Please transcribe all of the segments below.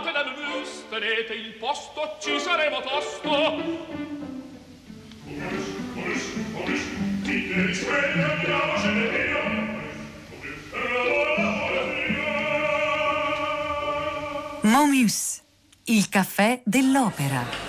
Andate da Mus, tenete il posto, ci saremo tosto. Momus, il caffè dell'opera.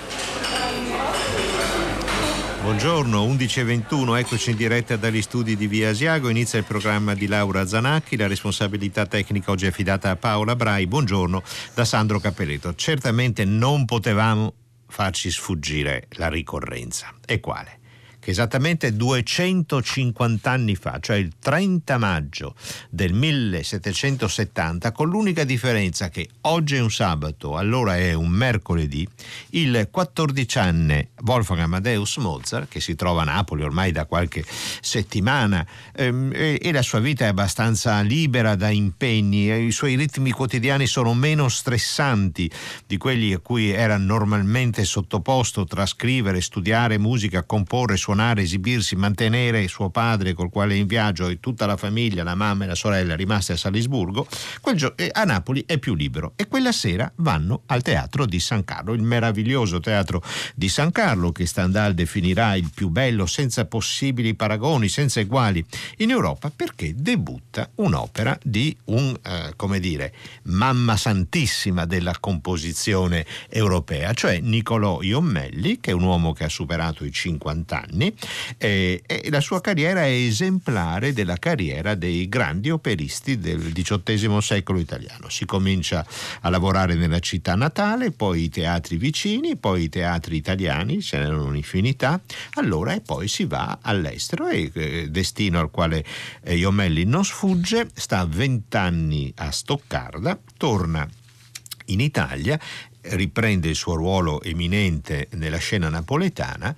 Buongiorno, 11:21, eccoci in diretta dagli studi di Via Asiago. Inizia il programma di Laura Zanacchi, la responsabilità tecnica oggi è affidata a Paola Brai. Buongiorno da Sandro Cappelletto. Certamente non potevamo farci sfuggire la ricorrenza. E quale? Che esattamente 250 anni fa, cioè il 30 maggio del 1770, con l'unica differenza che oggi è un sabato, allora è un mercoledì, il 14enne Wolfgang Amadeus Mozart, che si trova a Napoli ormai da qualche settimana, e la sua vita è abbastanza libera da impegni, i suoi ritmi quotidiani sono meno stressanti di quelli a cui era normalmente sottoposto tra scrivere, studiare musica, comporre, suonare, esibirsi, mantenere suo padre col quale è in viaggio e tutta la famiglia, la mamma e la sorella rimaste a Salisburgo. A Napoli è più libero e quella sera vanno al Teatro di San Carlo, il meraviglioso Teatro di San Carlo che Stendhal definirà il più bello, senza possibili paragoni, senza eguali in Europa, perché debutta un'opera di mamma santissima della composizione europea, cioè Niccolò Jommelli, che è un uomo che ha superato i 50 anni. E la sua carriera è esemplare della carriera dei grandi operisti del XVIII secolo italiano. Si comincia a lavorare nella città natale, poi i teatri vicini, poi i teatri italiani, ce n'erano un'infinità, allora e poi si va all'estero, e destino al quale Jommelli non sfugge. Sta 20 anni a Stoccarda, torna in Italia, riprende il suo ruolo eminente nella scena napoletana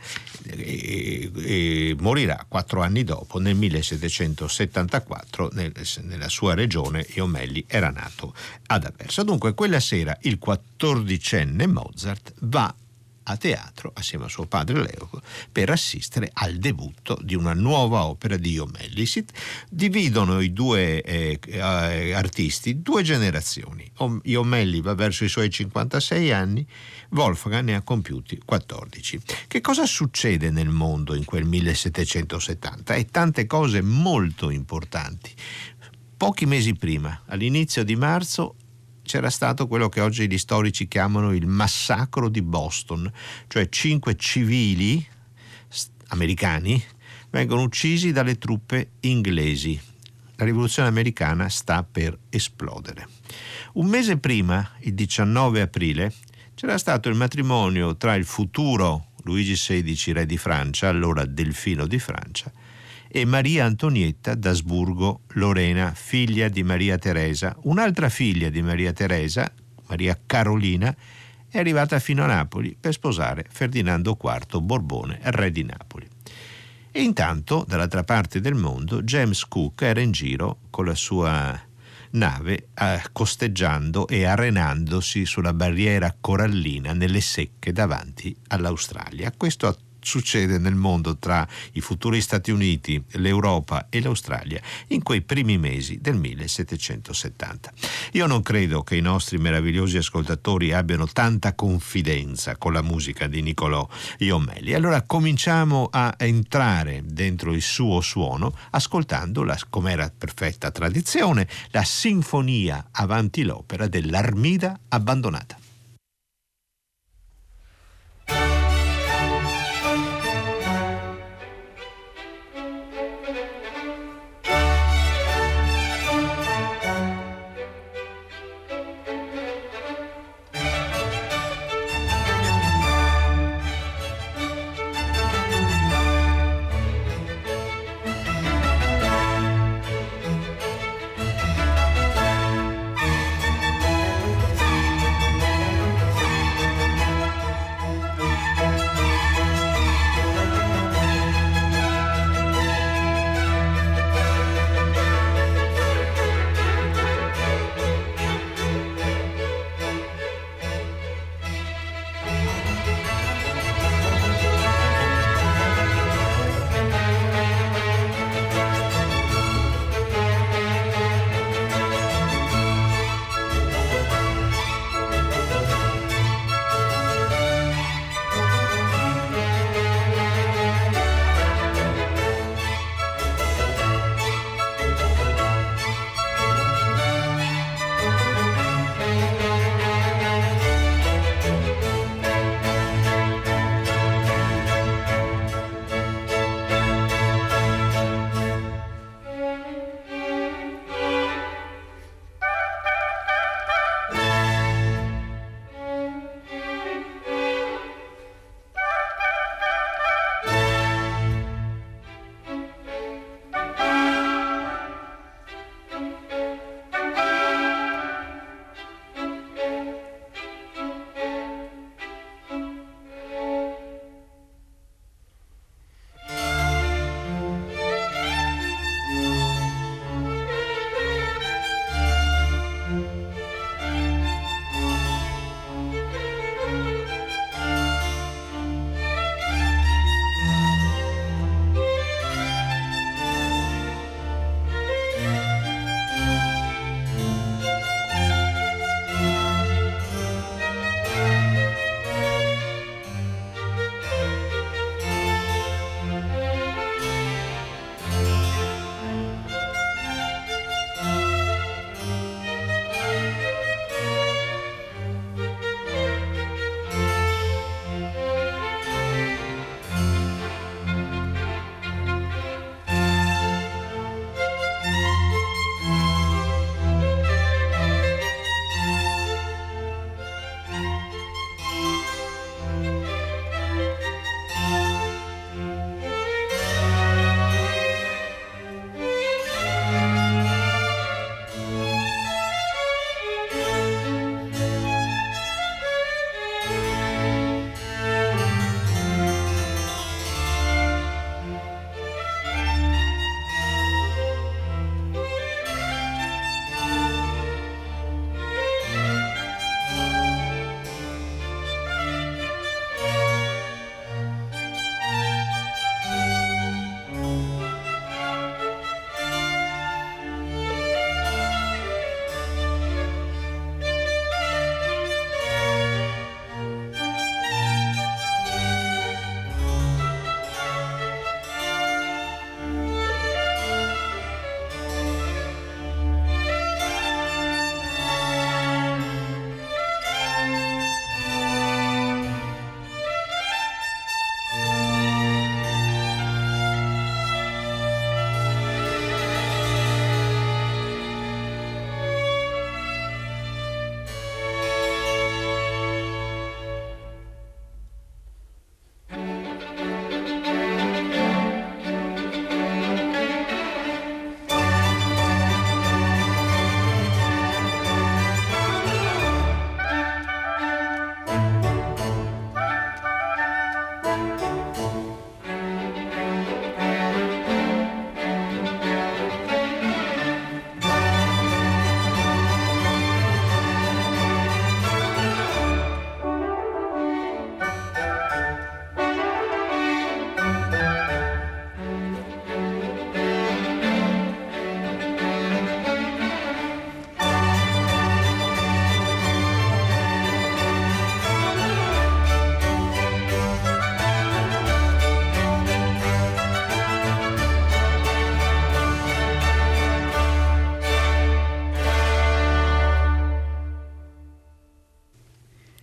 e morirà 4 anni dopo, nel 1774, nella sua regione. Jommelli era nato ad Aversa. Dunque quella sera il 14enne Mozart va a teatro assieme a suo padre Leo per assistere al debutto di una nuova opera di Jommelli. Si dividono i due artisti, 2 generazioni. Jommelli va verso i suoi 56 anni, Wolfgang ne ha compiuti 14. Che cosa succede nel mondo in quel 1770? E tante cose molto importanti. Pochi mesi prima, all'inizio di marzo, c'era stato quello che oggi gli storici chiamano il massacro di Boston, cioè 5 civili americani vengono uccisi dalle truppe inglesi. La rivoluzione americana sta per esplodere. Un mese prima, il 19 aprile, c'era stato il matrimonio tra il futuro Luigi XVI, re di Francia, allora Delfino di Francia, e Maria Antonietta d'Asburgo-Lorena, figlia di Maria Teresa. Un'altra figlia di Maria Teresa, Maria Carolina, è arrivata fino a Napoli per sposare Ferdinando IV Borbone, re di Napoli. E intanto, dall'altra parte del mondo, James Cook era in giro con la sua nave costeggiando e arenandosi sulla barriera corallina nelle secche davanti all'Australia. Questo succede nel mondo tra i futuri Stati Uniti, l'Europa e l'Australia in quei primi mesi del 1770. Io non credo che i nostri meravigliosi ascoltatori abbiano tanta confidenza con la musica di Niccolò Jommelli. Allora cominciamo a entrare dentro il suo suono ascoltando, come era perfetta tradizione, la sinfonia avanti l'opera dell'Armida abbandonata.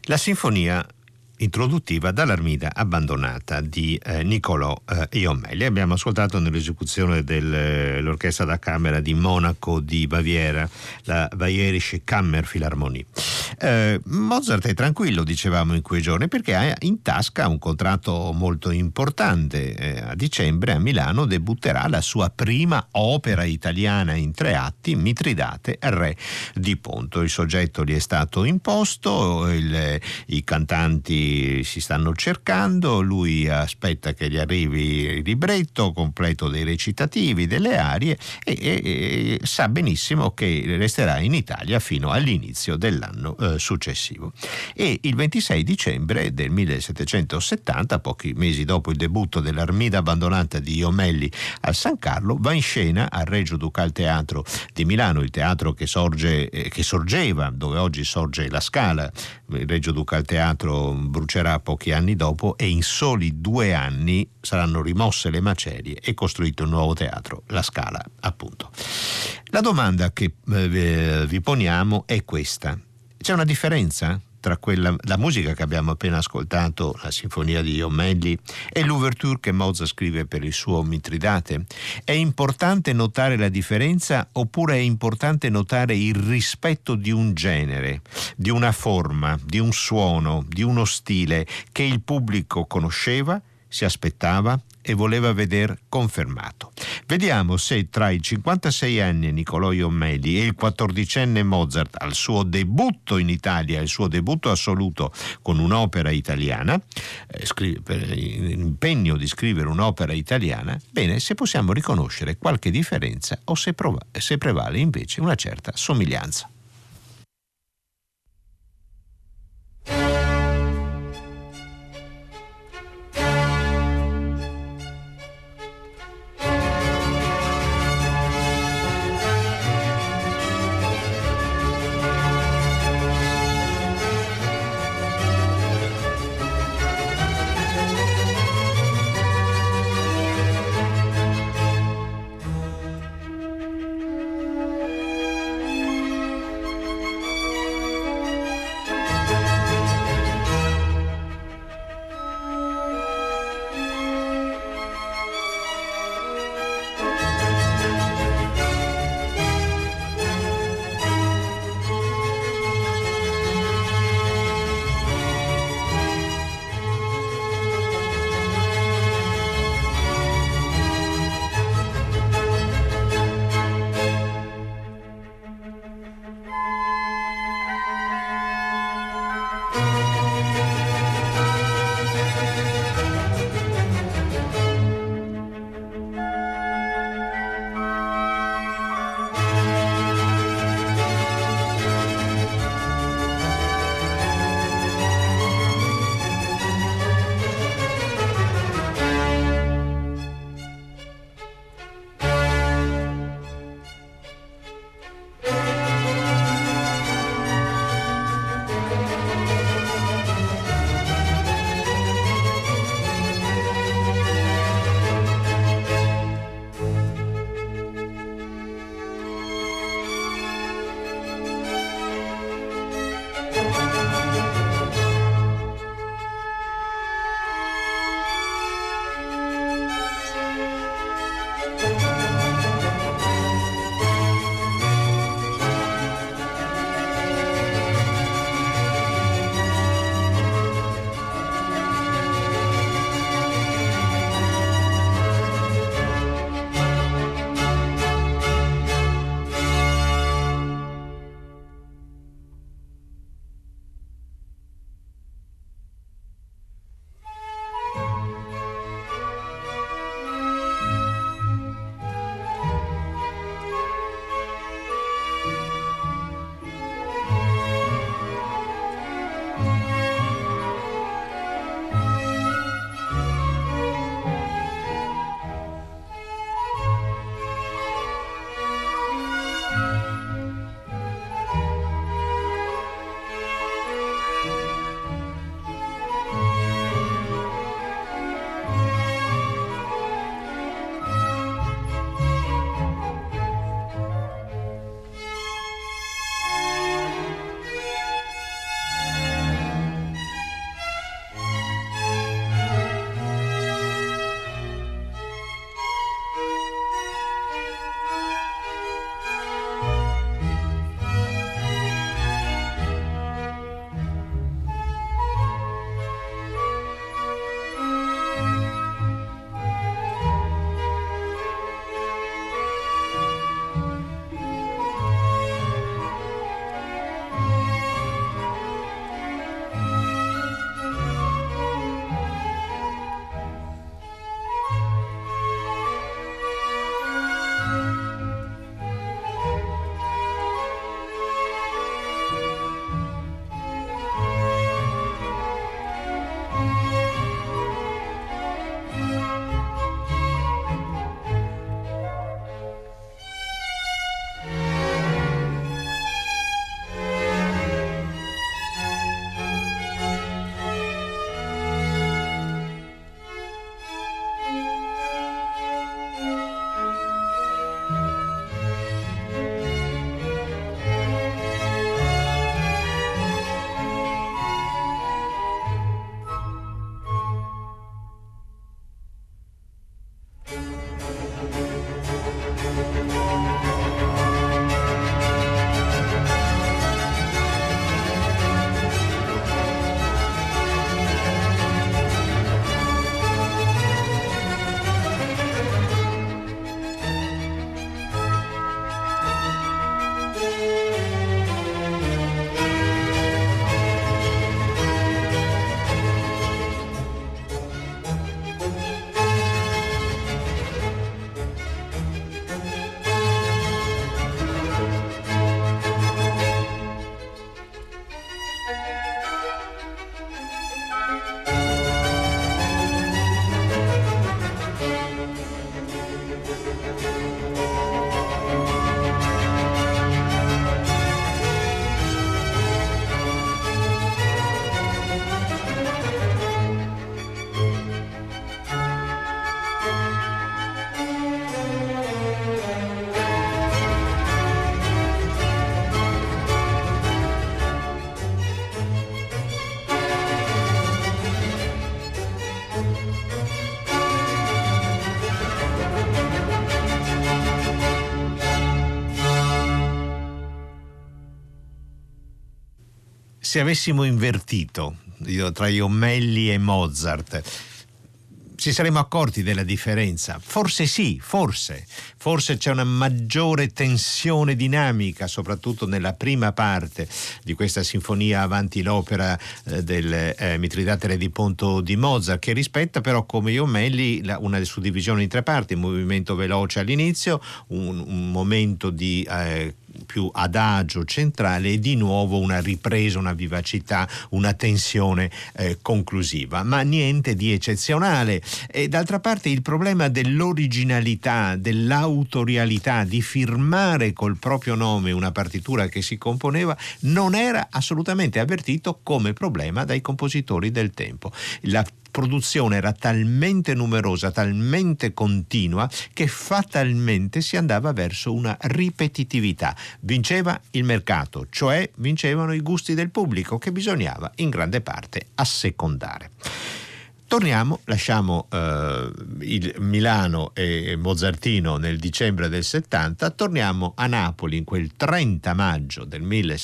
La sinfonia introduttiva dall'Armida abbandonata di Niccolò Jommelli. Abbiamo ascoltato nell'esecuzione dell'orchestra da camera di Monaco di Baviera, la Bayerische Kammerphilharmonie. Mozart è tranquillo, dicevamo, in quei giorni, perché ha in tasca un contratto molto importante. A dicembre a Milano debutterà la sua prima opera italiana in 3 atti, Mitridate, Re di Ponto. Il soggetto gli è stato imposto, i cantanti si stanno cercando, lui aspetta che gli arrivi il libretto completo dei recitativi, delle arie, e sa benissimo che resterà in Italia fino all'inizio dell'anno successivo. E il 26 dicembre del 1770, pochi mesi dopo il debutto dell'Armida abbandonata di Jommelli al San Carlo, va in scena al Regio Ducal Teatro di Milano, il teatro che sorgeva dove oggi sorge la Scala. Il Regio Ducal Teatro brucerà pochi anni dopo e in soli 2 anni saranno rimosse le macerie e costruito il nuovo teatro, la Scala, appunto. La domanda che vi poniamo è questa: c'è una differenza tra la musica che abbiamo appena ascoltato, la sinfonia di Jommelli, e l'ouverture che Mozart scrive per il suo Mitridate? È importante notare la differenza, oppure è importante notare il rispetto di un genere, di una forma, di un suono, di uno stile che il pubblico conosceva, si aspettava e voleva veder confermato? Vediamo se tra i 56 anni Niccolò Jommelli e il 14enne Mozart al suo debutto in Italia, il suo debutto assoluto con un'opera italiana, impegno di scrivere un'opera italiana, bene, se possiamo riconoscere qualche differenza o se prevale invece una certa somiglianza. Se avessimo invertito tra Jommelli e Mozart, ci saremmo accorti della differenza? Forse sì, forse c'è una maggiore tensione dinamica, soprattutto nella prima parte di questa sinfonia avanti l'opera del Mitridate Re di Ponto di Mozart, che rispetta però come Jommelli una suddivisione in tre parti: un movimento veloce all'inizio, un momento di più adagio centrale e di nuovo una ripresa, una vivacità, una tensione conclusiva, ma niente di eccezionale. E d'altra parte il problema dell'originalità, dell'autorialità, di firmare col proprio nome una partitura che si componeva non era assolutamente avvertito come problema dai compositori del tempo. La produzione era talmente numerosa, talmente continua, che fatalmente si andava verso una ripetitività. Vinceva il mercato, cioè vincevano i gusti del pubblico, che bisognava in grande parte assecondare. Torniamo, lasciamo il Milano e Mozartino nel dicembre del 70, torniamo a Napoli in quel 30 maggio del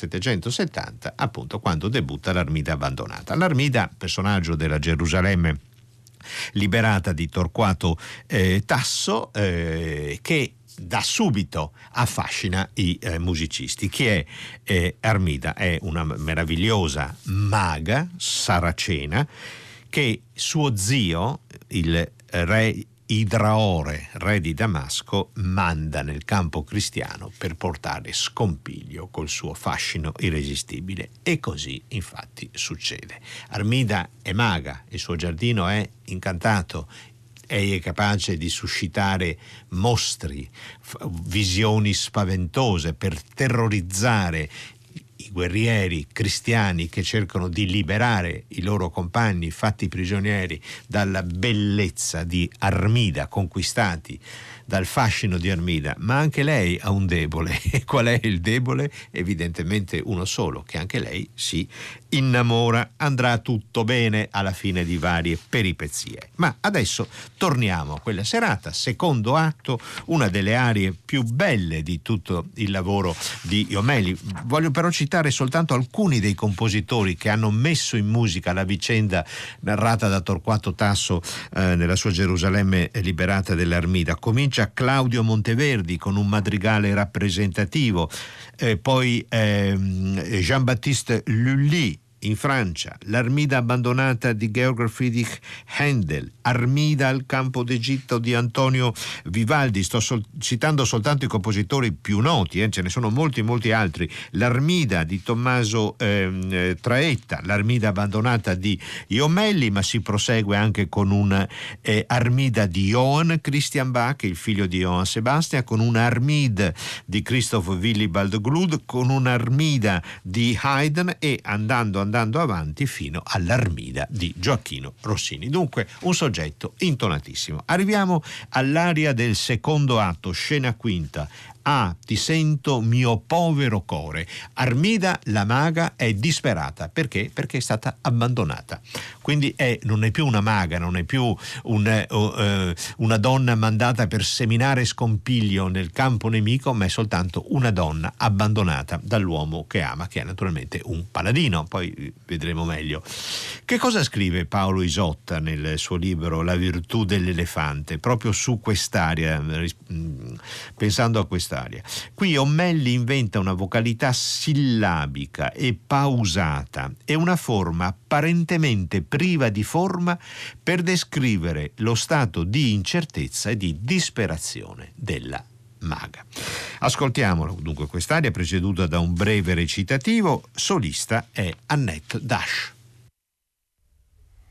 1770, appunto quando debutta l'Armida abbandonata. L'Armida, personaggio della Gerusalemme liberata di Torquato Tasso, che da subito affascina i musicisti. Chi è Armida? È una meravigliosa maga saracena che suo zio, il re Idraore, re di Damasco, manda nel campo cristiano per portare scompiglio col suo fascino irresistibile. E così infatti succede. Armida è maga, il suo giardino è incantato, è capace di suscitare mostri, visioni spaventose per terrorizzare i guerrieri cristiani che cercano di liberare i loro compagni fatti prigionieri dalla bellezza di Armida, conquistati dal fascino di Armida. Ma anche lei ha un debole. E qual è il debole? Evidentemente uno solo, che anche lei si innamora. Andrà tutto bene alla fine di varie peripezie. Ma adesso torniamo a quella serata, secondo atto, una delle arie più belle di tutto il lavoro di Jommelli. Voglio però citare soltanto alcuni dei compositori che hanno messo in musica la vicenda narrata da Torquato Tasso nella sua Gerusalemme liberata dell'Armida. Comincia Claudio Monteverdi con un madrigale rappresentativo, poi Jean-Baptiste Lully in Francia, l'Armida abbandonata di Georg Friedrich Händel, Armida al campo d'Egitto di Antonio Vivaldi. Sto citando soltanto i compositori più noti, ce ne sono molti altri. L'Armida di Tommaso Traetta, l'Armida abbandonata di Jommelli, ma si prosegue anche con un Armida di Johann Christian Bach, il figlio di Johann Sebastian, con un Armide di Christoph Willibald Gluck, con un Armida di Haydn e andando avanti fino all'Armida di Gioacchino Rossini. Dunque un soggetto intonatissimo. Arriviamo all'aria del secondo atto, scena quinta. Ah, ti sento mio povero core. Armida, la maga, è disperata. Perché? Perché è stata abbandonata. Quindi non è più una maga, non è più una donna mandata per seminare scompiglio nel campo nemico, ma è soltanto una donna abbandonata dall'uomo che ama, che è naturalmente un paladino. Poi vedremo meglio. Che cosa scrive Paolo Isotta nel suo libro La virtù dell'elefante, proprio su quest'aria, pensando a quest'aria? Qui Jommelli inventa una vocalità sillabica e pausata e una forma apparentemente priva di forma per descrivere lo stato di incertezza e di disperazione della maga. Ascoltiamolo dunque quest'aria, preceduta da un breve recitativo. Solista è Annette Dash.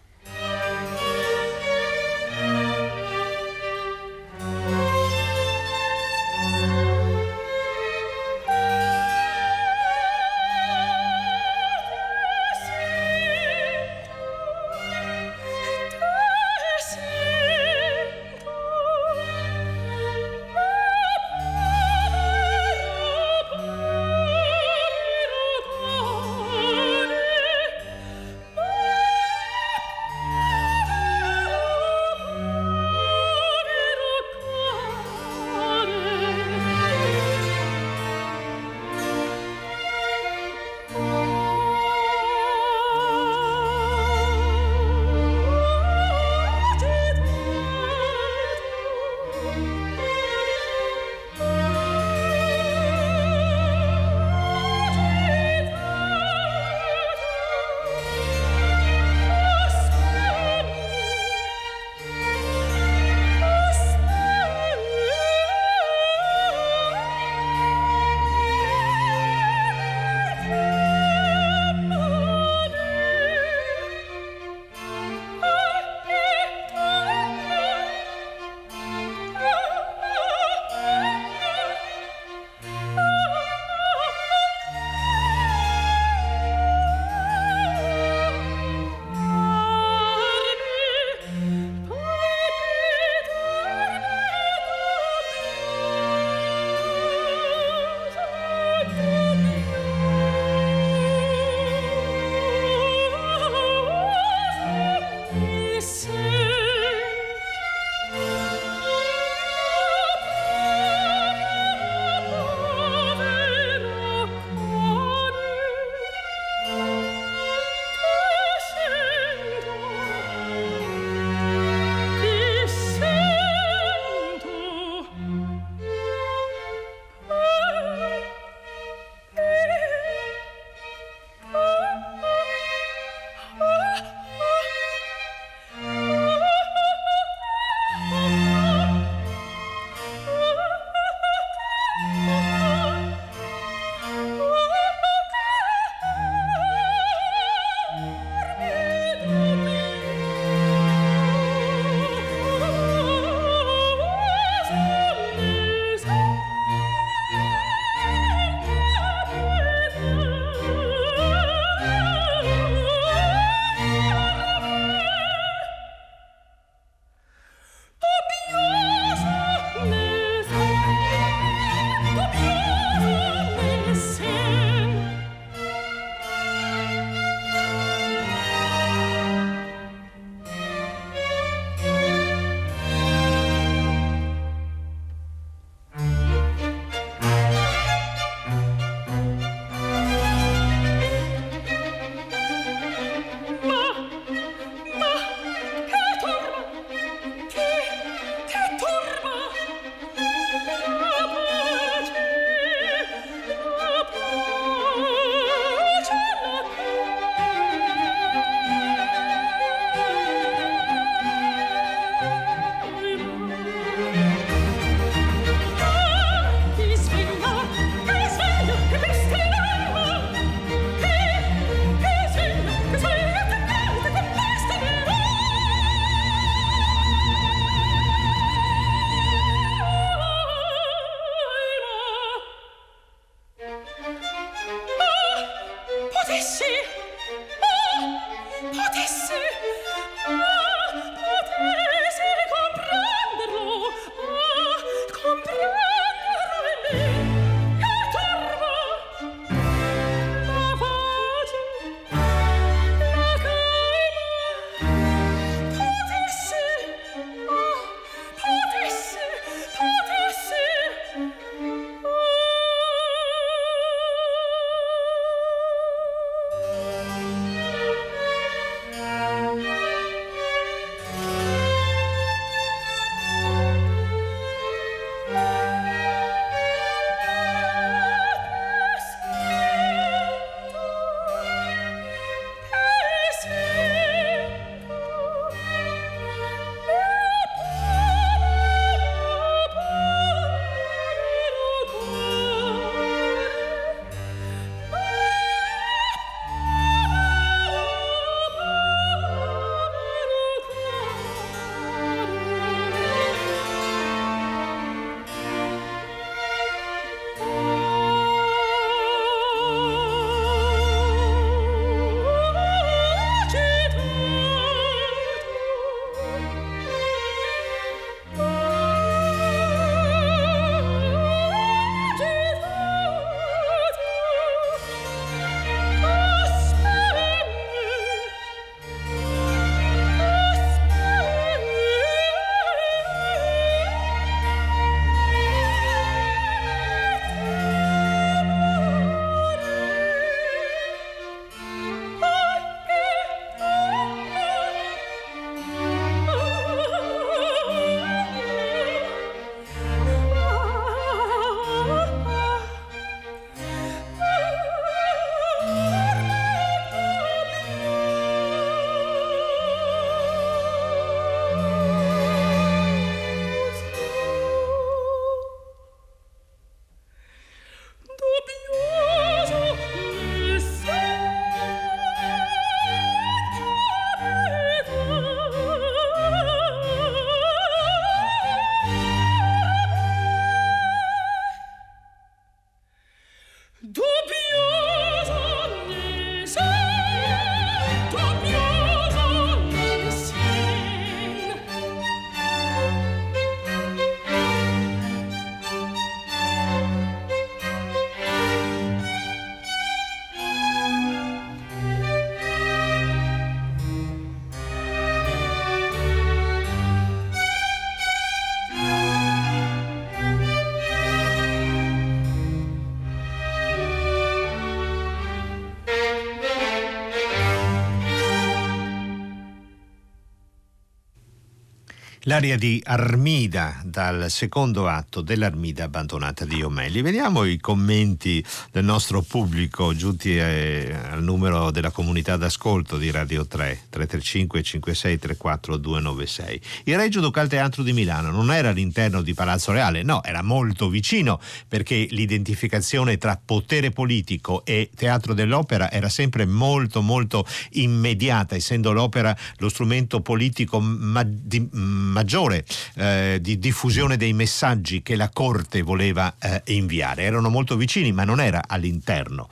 L'aria di Armida dal secondo atto dell'Armida abbandonata di Jommelli. Vediamo i commenti del nostro pubblico giunti al numero della comunità d'ascolto di Radio 3 335 5634 296. Il Regio Ducal Teatro di Milano non era all'interno di Palazzo Reale, no, era molto vicino, perché l'identificazione tra potere politico e teatro dell'opera era sempre molto molto immediata, essendo l'opera lo strumento politico maggiore di diffusione dei messaggi che la corte voleva inviare. Erano molto vicini, ma non era all'interno.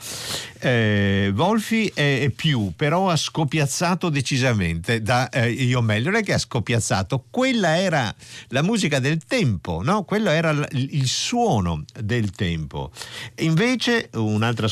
Volfi è più, però ha scopiazzato decisamente da Jommelli. Non è che ha scopiazzato, quella era la musica del tempo, no? Quello era il suono del tempo. Invece un'altra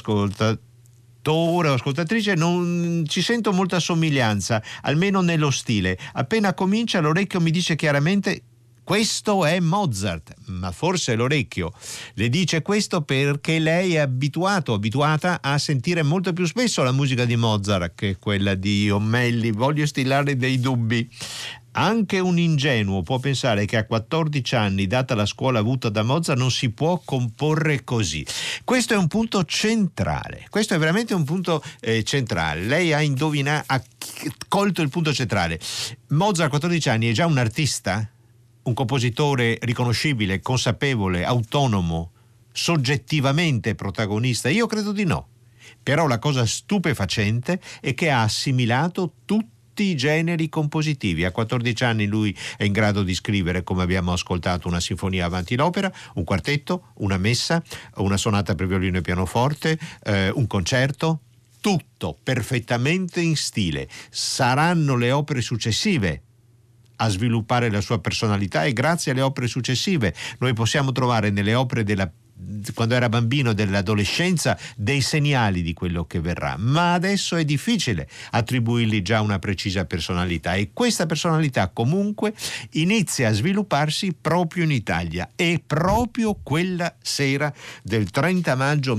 ascoltatrice, non ci sento molta somiglianza, almeno nello stile. Appena comincia l'orecchio mi dice chiaramente: questo è Mozart, ma forse l'orecchio le dice questo perché lei è abituata a sentire molto più spesso la musica di Mozart che quella di Jommelli. Voglio stillare dei dubbi. Anche un ingenuo può pensare che a 14 anni, data la scuola avuta da Mozart, non si può comporre così. Questo è un punto centrale, questo è veramente un punto centrale. Lei ha colto il punto centrale. Mozart a 14 anni è già un artista? Un compositore riconoscibile, consapevole, autonomo, soggettivamente protagonista? Io credo di no. Però la cosa stupefacente è che ha assimilato tutti i generi compositivi. A 14 anni lui è in grado di scrivere, come abbiamo ascoltato, una sinfonia avanti l'opera, un quartetto, una messa, una sonata per violino e pianoforte, un concerto, tutto perfettamente in stile. Saranno le opere successive a sviluppare la sua personalità, e grazie alle opere successive noi possiamo trovare nelle opere quando era bambino, dell'adolescenza, dei segnali di quello che verrà, ma adesso è difficile attribuirgli già una precisa personalità, e questa personalità comunque inizia a svilupparsi proprio in Italia, e proprio quella sera del 30 maggio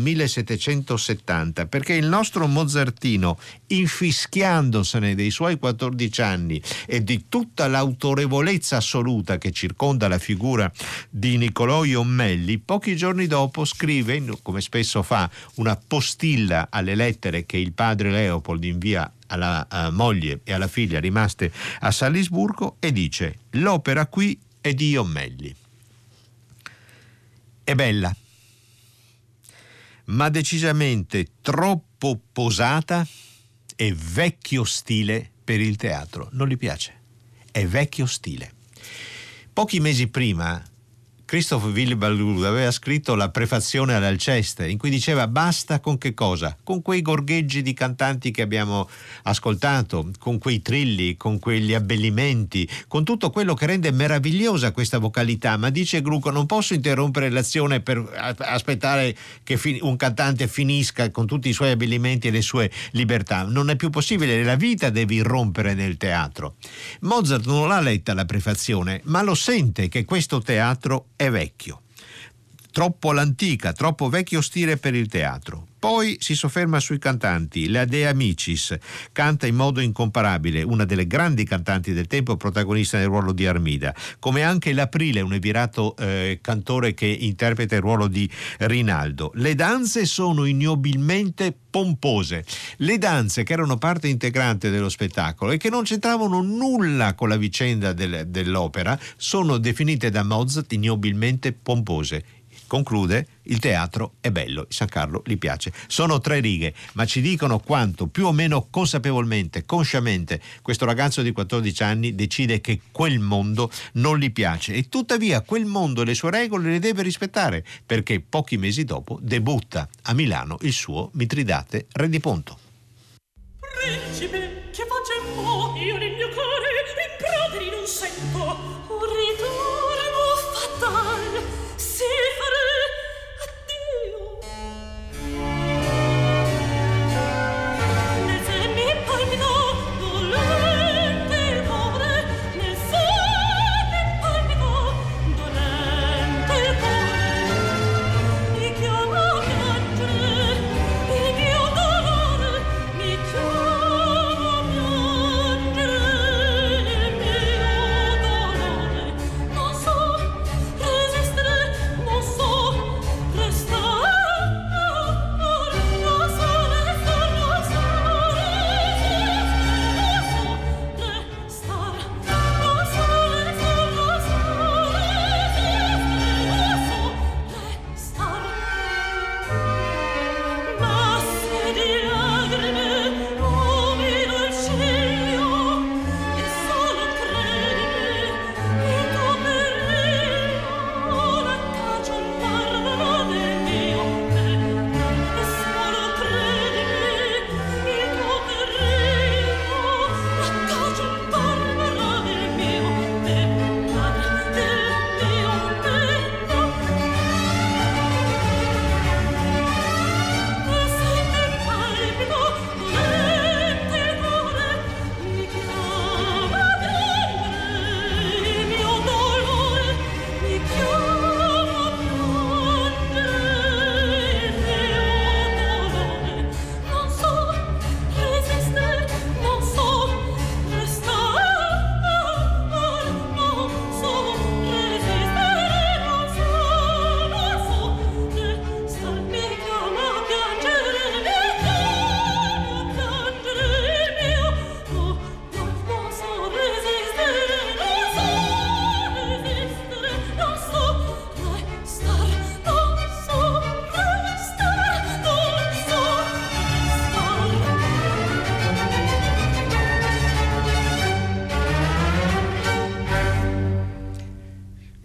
1770, perché il nostro mozartino, infischiandosene dei suoi 14 anni e di tutta l'autorevolezza assoluta che circonda la figura di Niccolò Jommelli, pochi giorni dopo scrive, come spesso fa, una postilla alle lettere che il padre Leopold invia alla moglie e alla figlia rimaste a Salisburgo, e dice: l'opera qui è di Jommelli. È bella, ma decisamente troppo posata e vecchio stile per il teatro. Non gli piace, è vecchio stile. Pochi mesi prima Christoph Willibald aveva scritto la prefazione all'Alceste, in cui diceva: basta con che cosa? Con quei gorgheggi di cantanti che abbiamo ascoltato, con quei trilli, con quegli abbellimenti, con tutto quello che rende meravigliosa questa vocalità. Ma dice Gluck: non posso interrompere l'azione per aspettare che un cantante finisca con tutti i suoi abbellimenti e le sue libertà. Non è più possibile, la vita deve irrompere nel teatro. Mozart non l'ha letta la prefazione, ma lo sente che questo teatro è vecchio, troppo all'antica, troppo vecchio stile per il teatro. Poi si sofferma sui cantanti. La De Amicis canta in modo incomparabile, una delle grandi cantanti del tempo, protagonista nel ruolo di Armida, come anche l'Aprile, un invidiato cantore che interpreta il ruolo di Rinaldo. Le danze sono ignobilmente pompose, le danze che erano parte integrante dello spettacolo e che non c'entravano nulla con la vicenda dell'opera, sono definite da Mozart ignobilmente pompose. Conclude: il teatro è bello, San Carlo gli piace. Sono 3 righe, ma ci dicono quanto, più o meno consapevolmente, consciamente, questo ragazzo di 14 anni decide che quel mondo non gli piace, e tuttavia quel mondo e le sue regole le deve rispettare, perché pochi mesi dopo debutta a Milano il suo Mitridate Rendiponto. Principe, che facemmo? Io nel mio cuore rimproveri non sento. Un ritorno fatal si farà. Addio. Nel se mi palpitò dolente il cuore, nel se mi palpitò dolente il cuore. Mi chiama a piangere il mio dolore, mi chiama a piangere il mio dolore.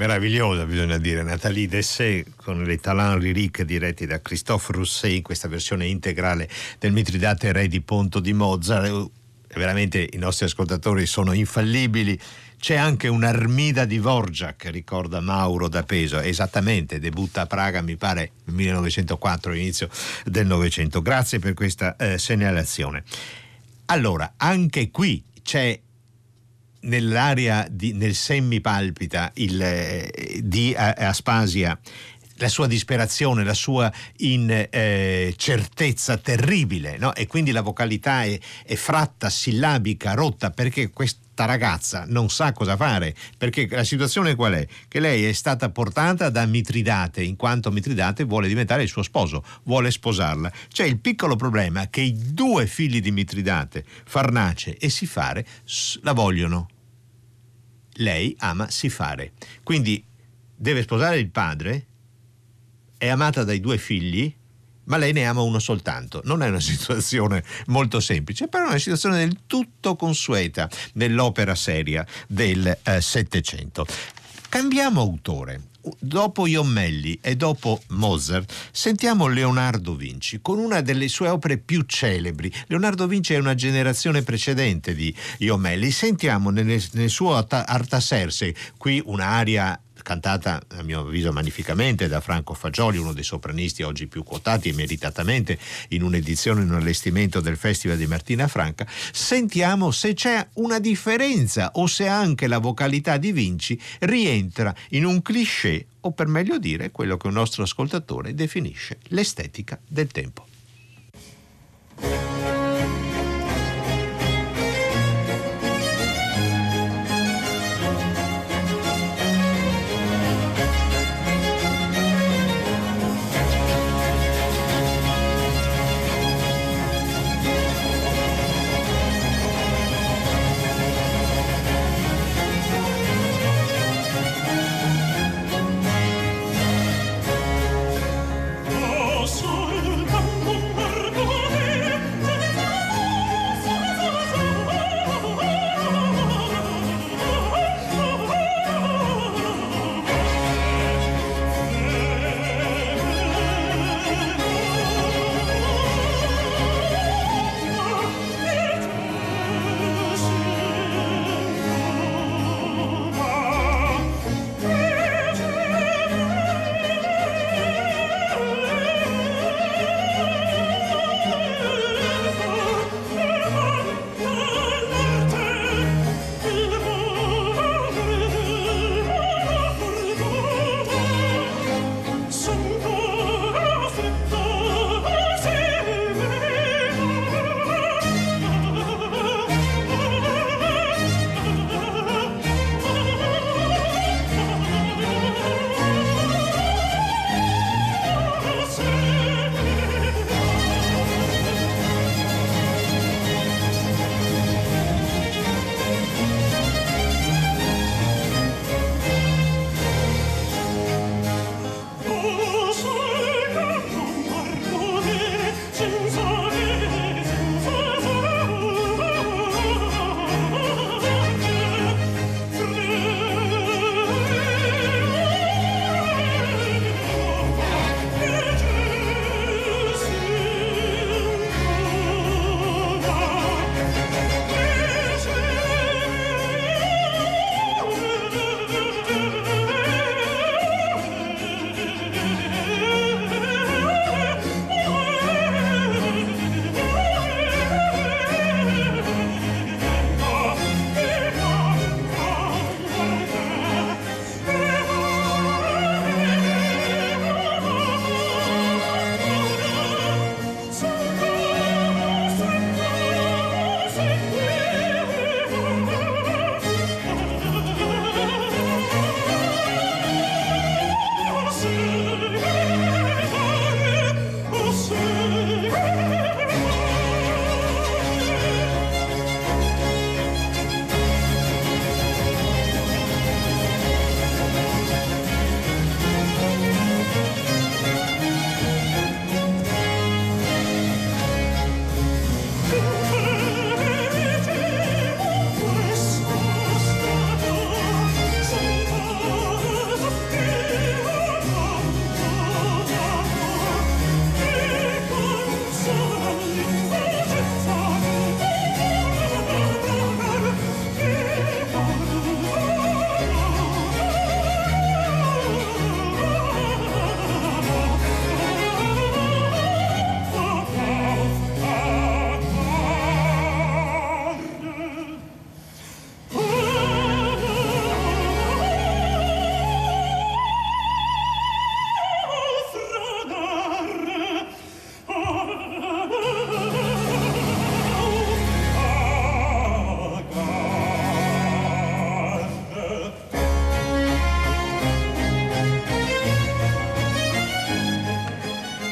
meravigliosa, bisogna dire, Nathalie Dessay con les talents lyriques diretti da Christophe Rousset in questa versione integrale del Mitridate Re di Ponto di Mozart. Veramente i nostri ascoltatori sono infallibili. C'è anche un'Armida di Dvorak, ricorda Mauro da Peso, esattamente, debutta a Praga mi pare nel 1904, inizio del Novecento. Grazie per questa segnalazione. Allora, anche qui c'è nell'area nel semipalpita di Aspasia la sua disperazione, la sua incertezza terribile, no? E quindi la vocalità è fratta, sillabica, rotta, perché questa ragazza non sa cosa fare, perché la situazione qual è? Che lei è stata portata da Mitridate, in quanto Mitridate vuole diventare il suo sposo, vuole sposarla. C'è il piccolo problema che i due figli di Mitridate, Farnace e Sifare, la vogliono. Lei ama Sifare, quindi deve sposare il padre, è amata dai due figli, ma lei ne ama uno soltanto. Non è una situazione molto semplice, però è una situazione del tutto consueta nell'opera seria del Settecento. Cambiamo autore. Dopo Jommelli e dopo Mozart sentiamo Leonardo Vinci con una delle sue opere più celebri. Leonardo Vinci è una generazione precedente di Jommelli. Sentiamo nel suo Artaserse qui un'aria cantata a mio avviso magnificamente da Franco Fagioli, uno dei sopranisti oggi più quotati e meritatamente in un'edizione, in un allestimento del Festival di Martina Franca. Sentiamo se c'è una differenza o se anche la vocalità di Vinci rientra in un cliché, o per meglio dire quello che un nostro ascoltatore definisce l'estetica del tempo. Sul campo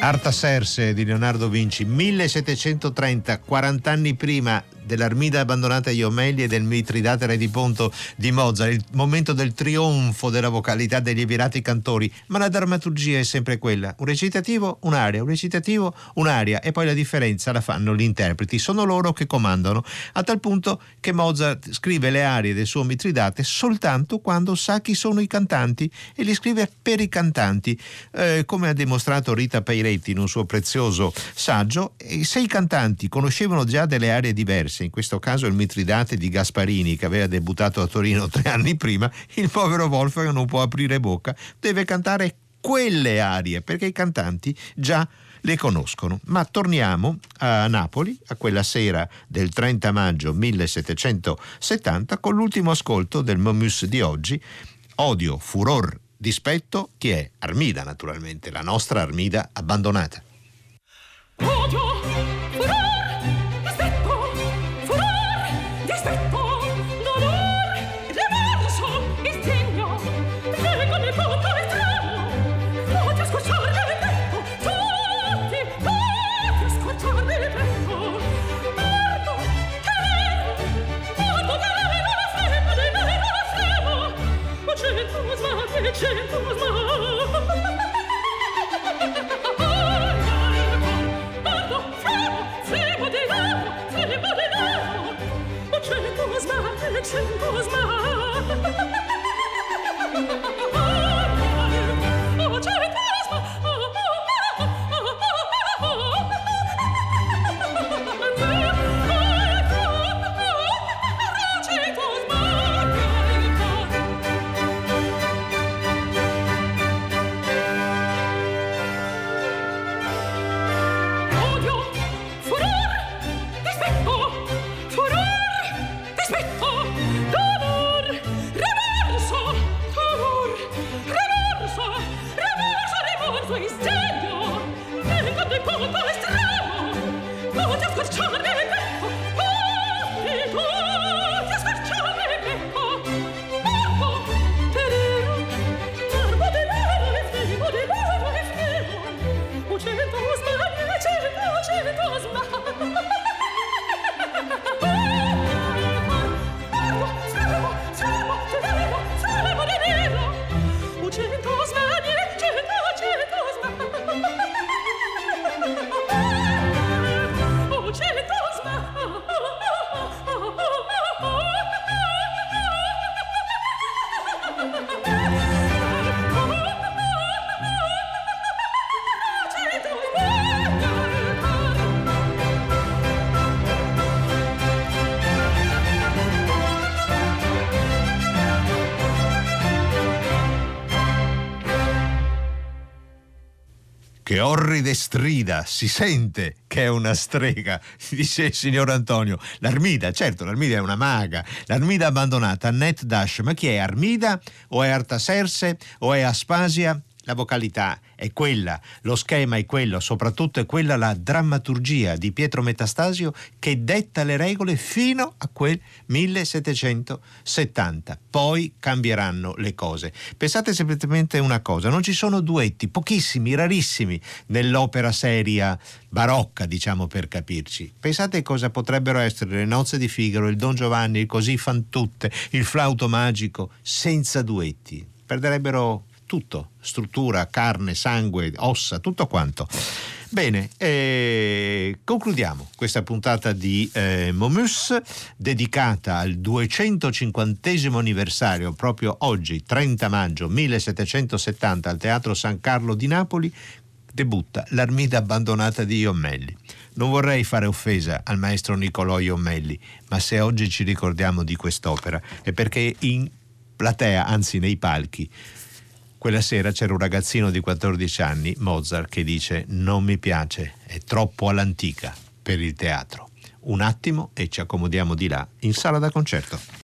Artaserse di Leonardo Vinci, 1730, 40 anni prima dell'Armida abbandonata a Jommelli e del Mitridate Re di Ponto di Mozart, il momento del trionfo della vocalità degli evirati cantori, ma la drammaturgia è sempre quella: un recitativo, un'aria, un recitativo, un'aria, e poi la differenza la fanno gli interpreti, sono loro che comandano, a tal punto che Mozart scrive le arie del suo Mitridate soltanto quando sa chi sono i cantanti e li scrive per i cantanti, come ha dimostrato Rita Peiretti in un suo prezioso saggio. Se i cantanti conoscevano già delle arie diverse, in questo caso il Mitridate di Gasparini, che aveva debuttato a Torino 3 anni prima, il povero Wolfgang non può aprire bocca, deve cantare quelle arie perché i cantanti già le conoscono. Ma torniamo a Napoli, a quella sera del 30 maggio 1770, con l'ultimo ascolto del Momus di oggi, Odio, furor, dispetto. Chi è? Armida, naturalmente, la nostra Armida abbandonata. Odio, furor, dispetto, furor, dispetto, dolor, rimorso, istinio, prego nel punto estremo, odio a scorciarmi il petto, tutti, odio a scorciarmi il petto, morto, galero, la fremo, cento Che orride strida, si sente che è una strega, dice il signor Antonio. L'Armida, certo, l'Armida è una maga, l'Armida abbandonata, Annette Dash. Ma chi è Armida? O è Artaserse? O è Aspasia? La vocalità è quella, lo schema è quello, soprattutto è quella la drammaturgia di Pietro Metastasio che detta le regole fino a quel 1770. Poi cambieranno le cose. Pensate semplicemente una cosa: non ci sono duetti, pochissimi, rarissimi, nell'opera seria barocca, diciamo, per capirci. Pensate cosa potrebbero essere le Nozze di Figaro, il Don Giovanni, il Così fan tutte, il Flauto magico, senza duetti. Perderebbero tutto, struttura, carne, sangue, ossa, tutto quanto. Bene, concludiamo questa puntata di Momus dedicata al 250° anniversario, proprio oggi, 30 maggio 1770, al Teatro San Carlo di Napoli debutta l'Armida abbandonata di Jommelli. Non vorrei fare offesa al maestro Niccolò Jommelli, ma se oggi ci ricordiamo di quest'opera è perché in platea, anzi nei palchi, quella sera c'era un ragazzino di 14 anni, Mozart, che dice: non mi piace, è troppo all'antica per il teatro. Un attimo e ci accomodiamo di là in sala da concerto.